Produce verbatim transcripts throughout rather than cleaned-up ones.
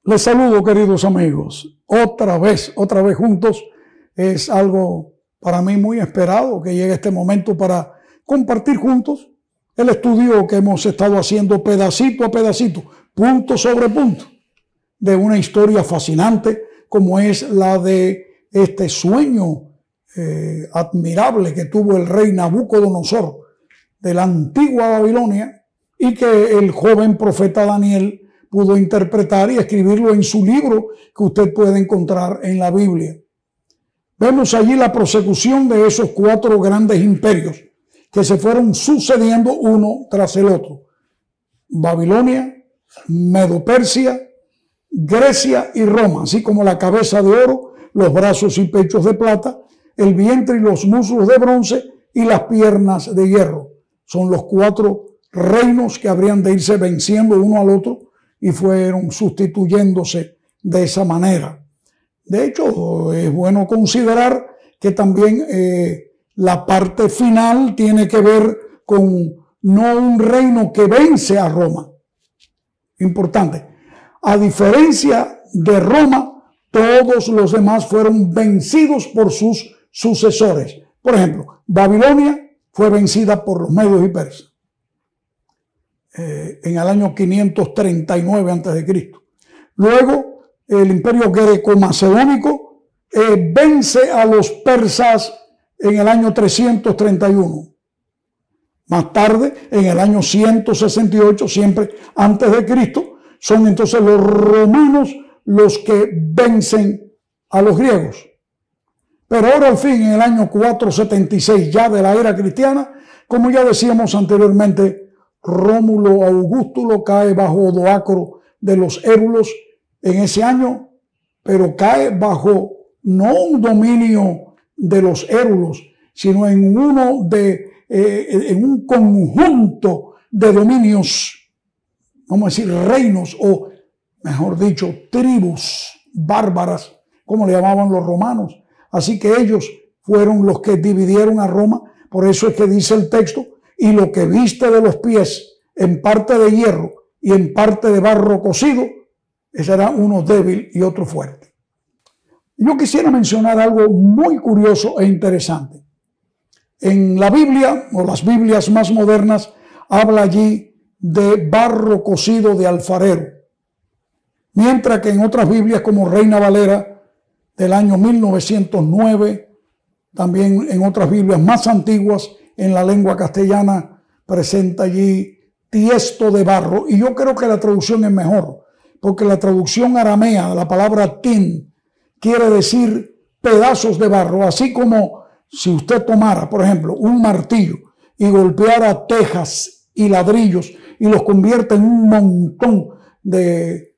Les saludo, queridos amigos. Otra vez, otra vez juntos. Es algo para mí muy esperado que llegue este momento para compartir juntos el estudio que hemos estado haciendo pedacito a pedacito, punto sobre punto, de una historia fascinante como es la de este sueño eh, admirable que tuvo el rey Nabucodonosor de la antigua Babilonia y que el joven profeta Daniel pudo interpretar y escribirlo en su libro que usted puede encontrar en la Biblia. Vemos allí la prosecución de esos cuatro grandes imperios que se fueron sucediendo uno tras el otro. Babilonia, Medo-Persia, Grecia y Roma, así como la cabeza de oro, los brazos y pechos de plata, el vientre y los muslos de bronce y las piernas de hierro. Son los cuatro reinos que habrían de irse venciendo uno al otro y fueron sustituyéndose de esa manera. De hecho, es bueno considerar que también eh, la parte final tiene que ver con no un reino que vence a Roma. Importante. A diferencia de Roma, todos los demás fueron vencidos por sus sucesores. Por ejemplo, Babilonia fue vencida por los medios y persas eh, en el año quinientos treinta y nueve antes de Cristo. Luego, el imperio greco-macedónico eh, vence a los persas en el año trescientos treinta y uno. Más tarde, en el año ciento sesenta y ocho, siempre antes de Cristo, son entonces los romanos los que vencen a los griegos. Pero ahora al fin, en el año cuatrocientos setenta y seis, ya de la era cristiana, como ya decíamos anteriormente, Rómulo Augustulo cae bajo Odoacro de los Érulos en ese año, pero cae bajo no un dominio de los Érulos, sino en uno de, eh, en un conjunto de dominios, vamos a decir reinos, o mejor dicho, tribus bárbaras, como le llamaban los romanos. Así que ellos fueron los que dividieron a Roma. Por eso es que dice el texto, y lo que viste de los pies en parte de hierro y en parte de barro cocido, ese era uno débil y otro fuerte. Yo quisiera mencionar algo muy curioso e interesante. En la Biblia, o las Biblias más modernas, habla allí de barro cocido de alfarero. Mientras que en otras Biblias, como Reina Valera, del año mil novecientos nueve, también en otras Biblias más antiguas, en la lengua castellana, presenta allí tiesto de barro. Y yo creo que la traducción es mejor, porque la traducción aramea de la palabra tin quiere decir pedazos de barro, así como si usted tomara, por ejemplo, un martillo y golpeara tejas y ladrillos y los convierte en un montón de,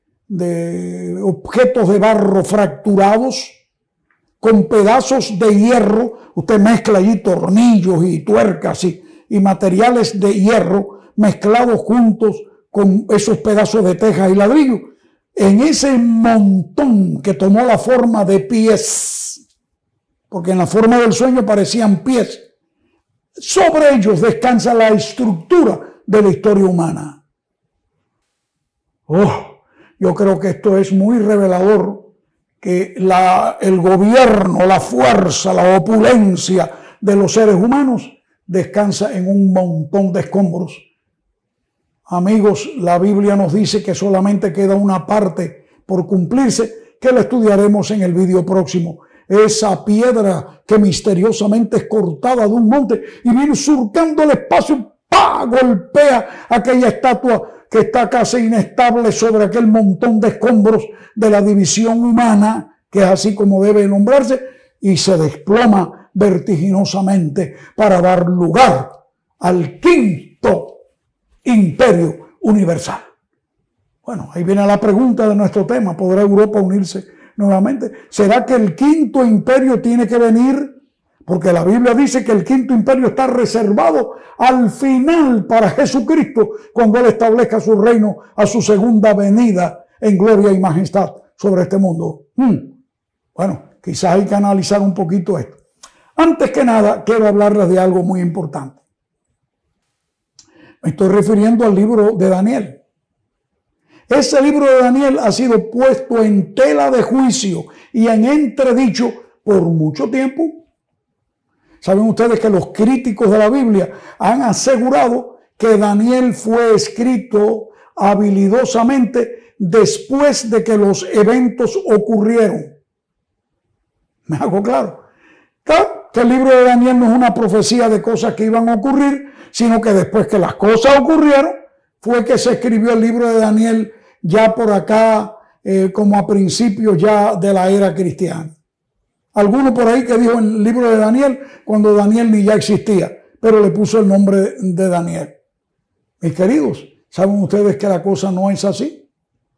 de objetos de barro fracturados con pedazos de hierro. Usted mezcla allí tornillos y tuercas y, y materiales de hierro mezclados juntos con esos pedazos de tejas y ladrillos. En ese montón que tomó la forma de pies, porque en la forma del sueño parecían pies, sobre ellos descansa la estructura de la historia humana. Oh, yo creo que esto es muy revelador, que la, el gobierno, la fuerza, la opulencia de los seres humanos descansa en un montón de escombros. Amigos, la Biblia nos dice que solamente queda una parte por cumplirse, que la estudiaremos en el vídeo próximo. Esa piedra que misteriosamente es cortada de un monte y viene surcando el espacio, ¡pah!, golpea aquella estatua que está casi inestable sobre aquel montón de escombros de la división humana, que es así como debe nombrarse, y se desploma vertiginosamente para dar lugar al quinto imperio universal. Bueno, ahí viene la pregunta de nuestro tema. ¿Podrá Europa unirse nuevamente? ¿Será que el quinto imperio tiene que venir? Porque la Biblia dice que el quinto imperio está reservado al final para Jesucristo, cuando Él establezca su reino a su segunda venida en gloria y majestad sobre este mundo. Hmm. Bueno, quizás hay que analizar un poquito esto. Antes que nada, quiero hablarles de algo muy importante. Me estoy refiriendo al libro de Daniel. Ese libro de Daniel ha sido puesto en tela de juicio y en entredicho por mucho tiempo. Saben ustedes que los críticos de la Biblia han asegurado que Daniel fue escrito habilidosamente después de que los eventos ocurrieron. ¿Me hago claro? Claro, que el libro de Daniel no es una profecía de cosas que iban a ocurrir, sino que después que las cosas ocurrieron, fue que se escribió el libro de Daniel ya por acá, eh, como a principios ya de la era cristiana. Alguno por ahí que dijo el libro de Daniel cuando Daniel ni ya existía, pero le puso el nombre de Daniel. Mis queridos, ¿saben ustedes que la cosa no es así?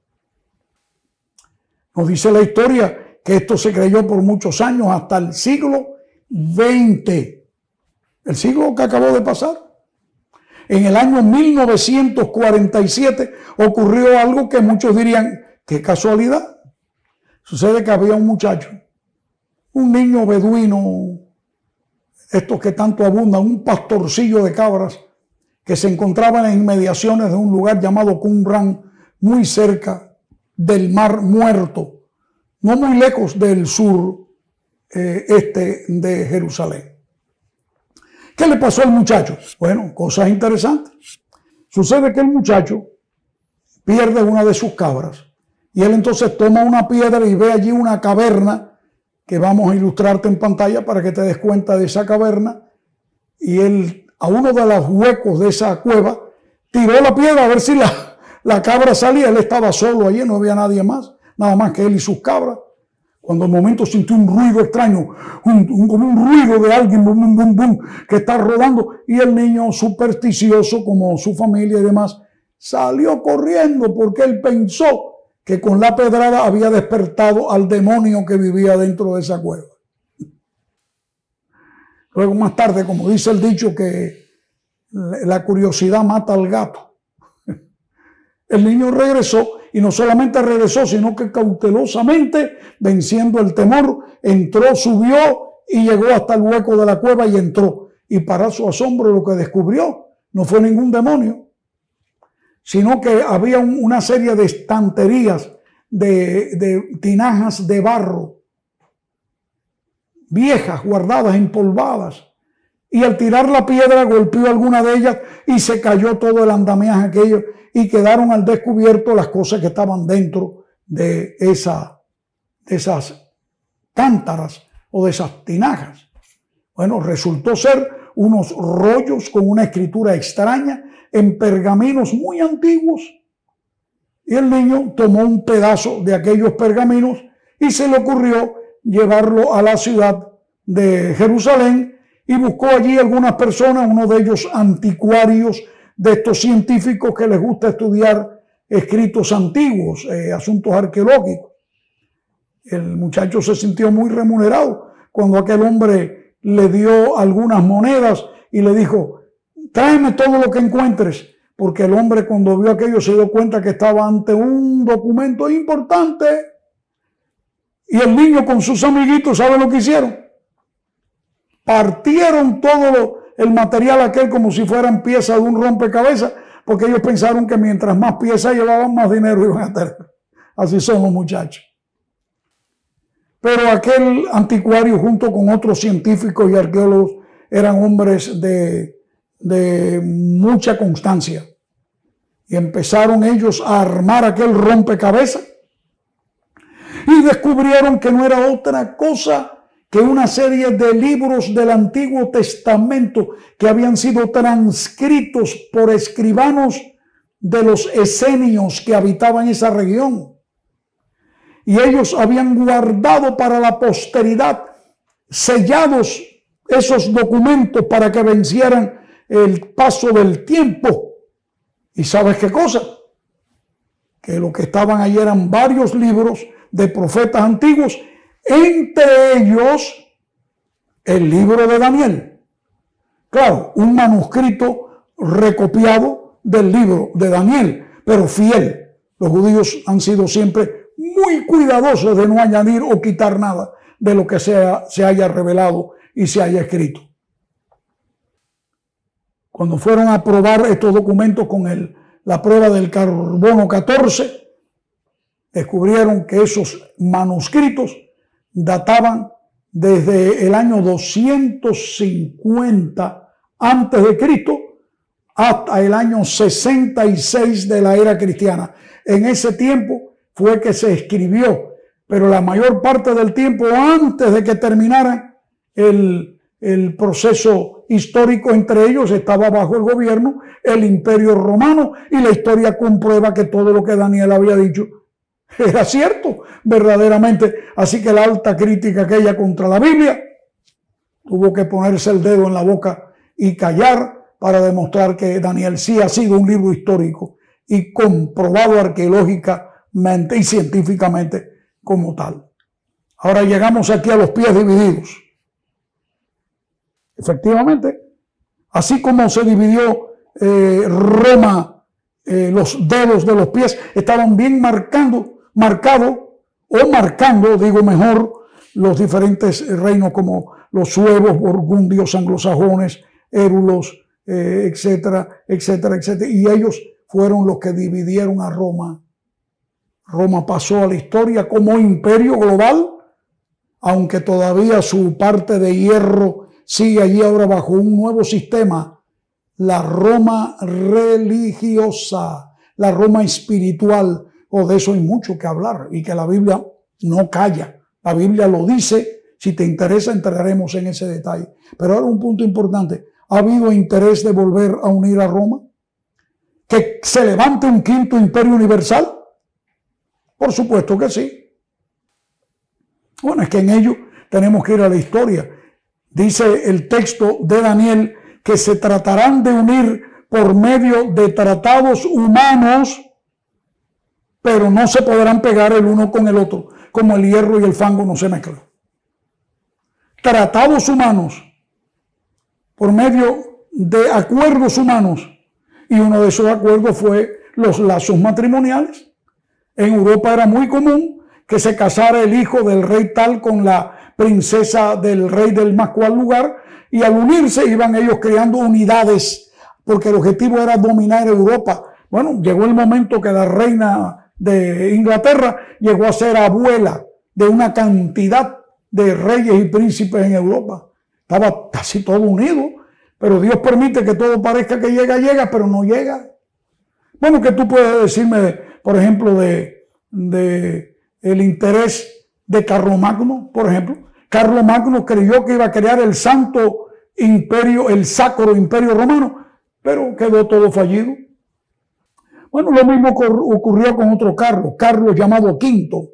Nos dice la historia que esto se creyó por muchos años, hasta el siglo veinte, el siglo que acabó de pasar. En el año mil novecientos cuarenta y siete ocurrió algo que muchos dirían, qué casualidad. Sucede que había un muchacho, un niño beduino, estos que tanto abundan, un pastorcillo de cabras, que se encontraba en las inmediaciones de un lugar llamado Qumran, muy cerca del Mar Muerto, no muy lejos del sur eh, este de Jerusalén. ¿Qué le pasó al muchacho? Bueno, cosas interesantes. Sucede que el muchacho pierde una de sus cabras y él entonces toma una piedra y ve allí una caverna que vamos a ilustrarte en pantalla para que te des cuenta de esa caverna, y él a uno de los huecos de esa cueva tiró la piedra a ver si la, la cabra salía. Él estaba solo allí, no había nadie más, nada más que él y sus cabras. Cuando de momento sintió un ruido extraño, un, un, como un ruido de alguien bum, bum, bum, bum, que está rodando, y el niño supersticioso, como su familia y demás, salió corriendo porque él pensó que con la pedrada había despertado al demonio que vivía dentro de esa cueva. Luego más tarde, como dice el dicho, que la curiosidad mata al gato. El niño regresó, y no solamente regresó, sino que cautelosamente, venciendo el temor, entró, subió y llegó hasta el hueco de la cueva y entró. Y para su asombro lo que descubrió no fue ningún demonio, sino que había un, una serie de estanterías, de, de tinajas de barro, viejas, guardadas, empolvadas. Y al tirar la piedra golpeó alguna de ellas y se cayó todo el andamiaje aquello, y quedaron al descubierto las cosas que estaban dentro de, esa, de esas cántaras o de esas tinajas. Bueno, resultó ser unos rollos con una escritura extraña en pergaminos muy antiguos. Y el niño tomó un pedazo de aquellos pergaminos y se le ocurrió llevarlo a la ciudad de Jerusalén, y buscó allí algunas personas, uno de ellos anticuarios, de estos científicos que les gusta estudiar escritos antiguos, eh, asuntos arqueológicos. El muchacho se sintió muy remunerado cuando aquel hombre le dio algunas monedas y le dijo, tráeme todo lo que encuentres, porque el hombre cuando vio aquello se dio cuenta que estaba ante un documento importante. Y el niño con sus amiguitos, ¿sabe lo que hicieron? Partieron todo lo, el material aquel como si fueran piezas de un rompecabezas, porque ellos pensaron que mientras más piezas llevaban, más dinero iban a tener. Así son los muchachos. Pero aquel anticuario, junto con otros científicos y arqueólogos, eran hombres de, de mucha constancia. Y empezaron ellos a armar aquel rompecabezas y descubrieron que no era otra cosa que una serie de libros del Antiguo Testamento que habían sido transcritos por escribanos de los esenios que habitaban esa región. Y ellos habían guardado para la posteridad, sellados esos documentos para que vencieran el paso del tiempo. ¿Y sabes qué cosa? Que lo que estaban allí eran varios libros de profetas antiguos, entre ellos el libro de Daniel. Claro, un manuscrito recopiado del libro de Daniel, pero fiel. Los judíos han sido siempre muy cuidadosos de no añadir o quitar nada de lo que sea, se haya revelado y se haya escrito. Cuando fueron a probar estos documentos con el, la prueba del carbono catorce, descubrieron que esos manuscritos databan desde el año doscientos cincuenta antes de Cristo hasta el año sesenta y seis de la era cristiana. En ese tiempo fue que se escribió, pero la mayor parte del tiempo antes de que terminara el, el proceso histórico entre ellos estaba bajo el gobierno el Imperio Romano, y la historia comprueba que todo lo que Daniel había dicho era cierto, verdaderamente. Así que la alta crítica aquella contra la Biblia tuvo que ponerse el dedo en la boca y callar para demostrar que Daniel sí ha sido un libro histórico y comprobado arqueológicamente y científicamente como tal. Ahora llegamos aquí a los pies divididos. Efectivamente, así como se dividió eh, Roma, eh, los dedos de los pies estaban bien marcando, marcado o marcando, digo mejor, los diferentes reinos como los suevos, burgundios, anglosajones, érulos, eh, etcétera, etcétera, etcétera. Y ellos fueron los que dividieron a Roma. Roma pasó a la historia como imperio global, aunque todavía su parte de hierro sigue allí ahora bajo un nuevo sistema, la Roma religiosa, la Roma espiritual. O de eso hay mucho que hablar y que la Biblia no calla. La Biblia lo dice. Si te interesa, entraremos en ese detalle. Pero ahora un punto importante. ¿Ha habido interés de volver a unir a Roma? ¿Que se levante un quinto imperio universal? Por supuesto que sí. Bueno, es que en ello tenemos que ir a la historia. Dice el texto de Daniel que se tratarán de unir por medio de tratados humanos, pero no se podrán pegar el uno con el otro, como el hierro y el fango no se mezclan. Tratados humanos, por medio de acuerdos humanos, y uno de esos acuerdos fue los lazos matrimoniales. En Europa era muy común que se casara el hijo del rey tal con la princesa del rey del más cual lugar, y al unirse iban ellos creando unidades, porque el objetivo era dominar Europa. Bueno, llegó el momento que la reina de Inglaterra llegó a ser abuela de una cantidad de reyes y príncipes en Europa. Estaba casi todo unido, pero Dios permite que todo parezca que llega, llega, pero no llega. Bueno, ¿qué tú puedes decirme, por ejemplo, de, de el interés de Carlomagno, por ejemplo? Carlomagno creyó que iba a crear el santo imperio, el sacro imperio romano, pero quedó todo fallido. Bueno, lo mismo ocurrió con otro Carlos, Carlos llamado Quinto.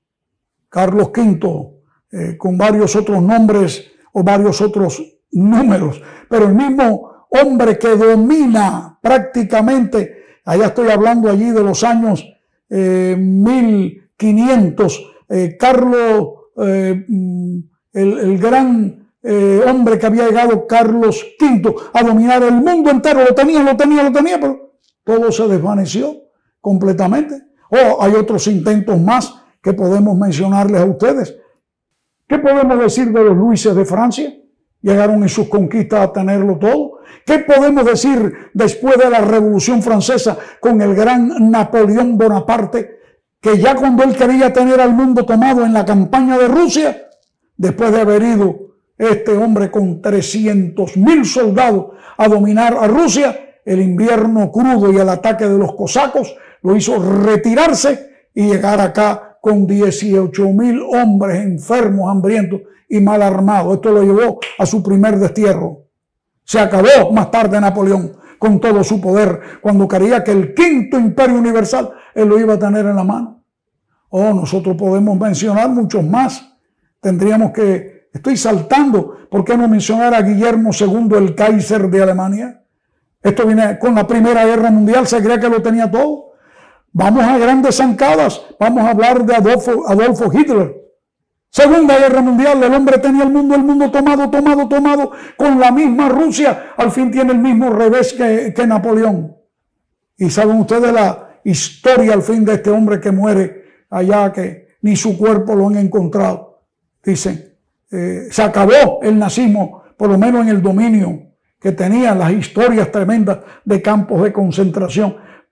Carlos Quinto, eh, con varios otros nombres o varios otros números, pero el mismo hombre que domina prácticamente, allá estoy hablando allí de los años eh, mil quinientos, eh, Carlos, eh, el, el gran eh, hombre que había llegado, Carlos Quinto, a dominar el mundo entero, lo tenía, lo tenía, lo tenía, pero todo se desvaneció completamente. Oh, hay otros intentos más que podemos mencionarles a ustedes. ¿Qué podemos decir de los Luises de Francia? Llegaron en sus conquistas a tenerlo todo. ¿Qué podemos decir después de la Revolución Francesa con el gran Napoleón Bonaparte, que ya cuando él quería tener al mundo tomado en la campaña de Rusia, después de haber ido este hombre con trescientos mil soldados a dominar a Rusia, el invierno crudo y el ataque de los cosacos lo hizo retirarse y llegar acá con dieciocho mil hombres enfermos, hambrientos y mal armados. Esto lo llevó a su primer destierro. Se acabó más tarde Napoleón con todo su poder, cuando quería que el quinto imperio universal él lo iba a tener en la mano. Oh, nosotros podemos mencionar muchos más. Tendríamos que, estoy saltando, ¿por qué no mencionar a Guillermo segundo, el Kaiser de Alemania? Esto viene con la Primera Guerra Mundial, se cree que lo tenía todo. Vamos a grandes zancadas, vamos a hablar de Adolfo, Adolfo Hitler. Segunda Guerra Mundial, el hombre tenía el mundo, el mundo tomado, tomado, tomado, con la misma Rusia, al fin tiene el mismo revés que, que Napoleón. Y saben ustedes la historia al fin de este hombre que muere allá, que ni su cuerpo lo han encontrado. Dicen, eh, se acabó el nazismo, por lo menos en el dominio que tenían, las historias tremendas de campos de concentración.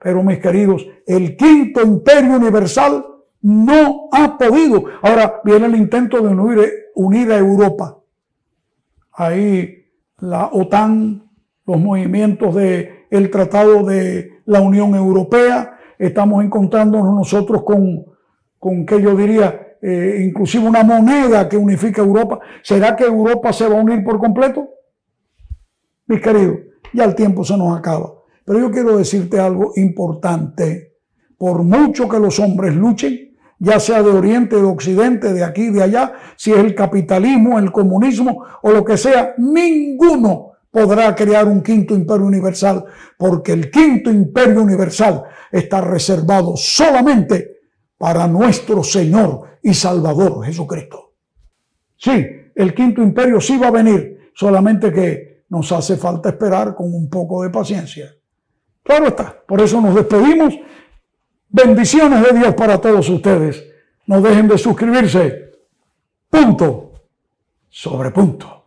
Pero mis queridos, el quinto imperio universal no ha podido. Ahora viene el intento de unir, unir a Europa. Ahí la OTAN, los movimientos del Tratado de la Unión Europea, estamos encontrándonos nosotros con, con que yo diría, eh, inclusive una moneda que unifica Europa. ¿Será que Europa se va a unir por completo? Mis queridos, ya el tiempo se nos acaba. Pero yo quiero decirte algo importante. Por mucho que los hombres luchen, ya sea de Oriente, de Occidente, de aquí, de allá, si es el capitalismo, el comunismo o lo que sea, ninguno podrá crear un quinto imperio universal, porque el quinto imperio universal está reservado solamente para nuestro Señor y Salvador Jesucristo. Sí, el quinto imperio sí va a venir, solamente que nos hace falta esperar con un poco de paciencia. Claro está, por eso nos despedimos. Bendiciones de Dios para todos ustedes. No dejen de suscribirse. Punto sobre punto.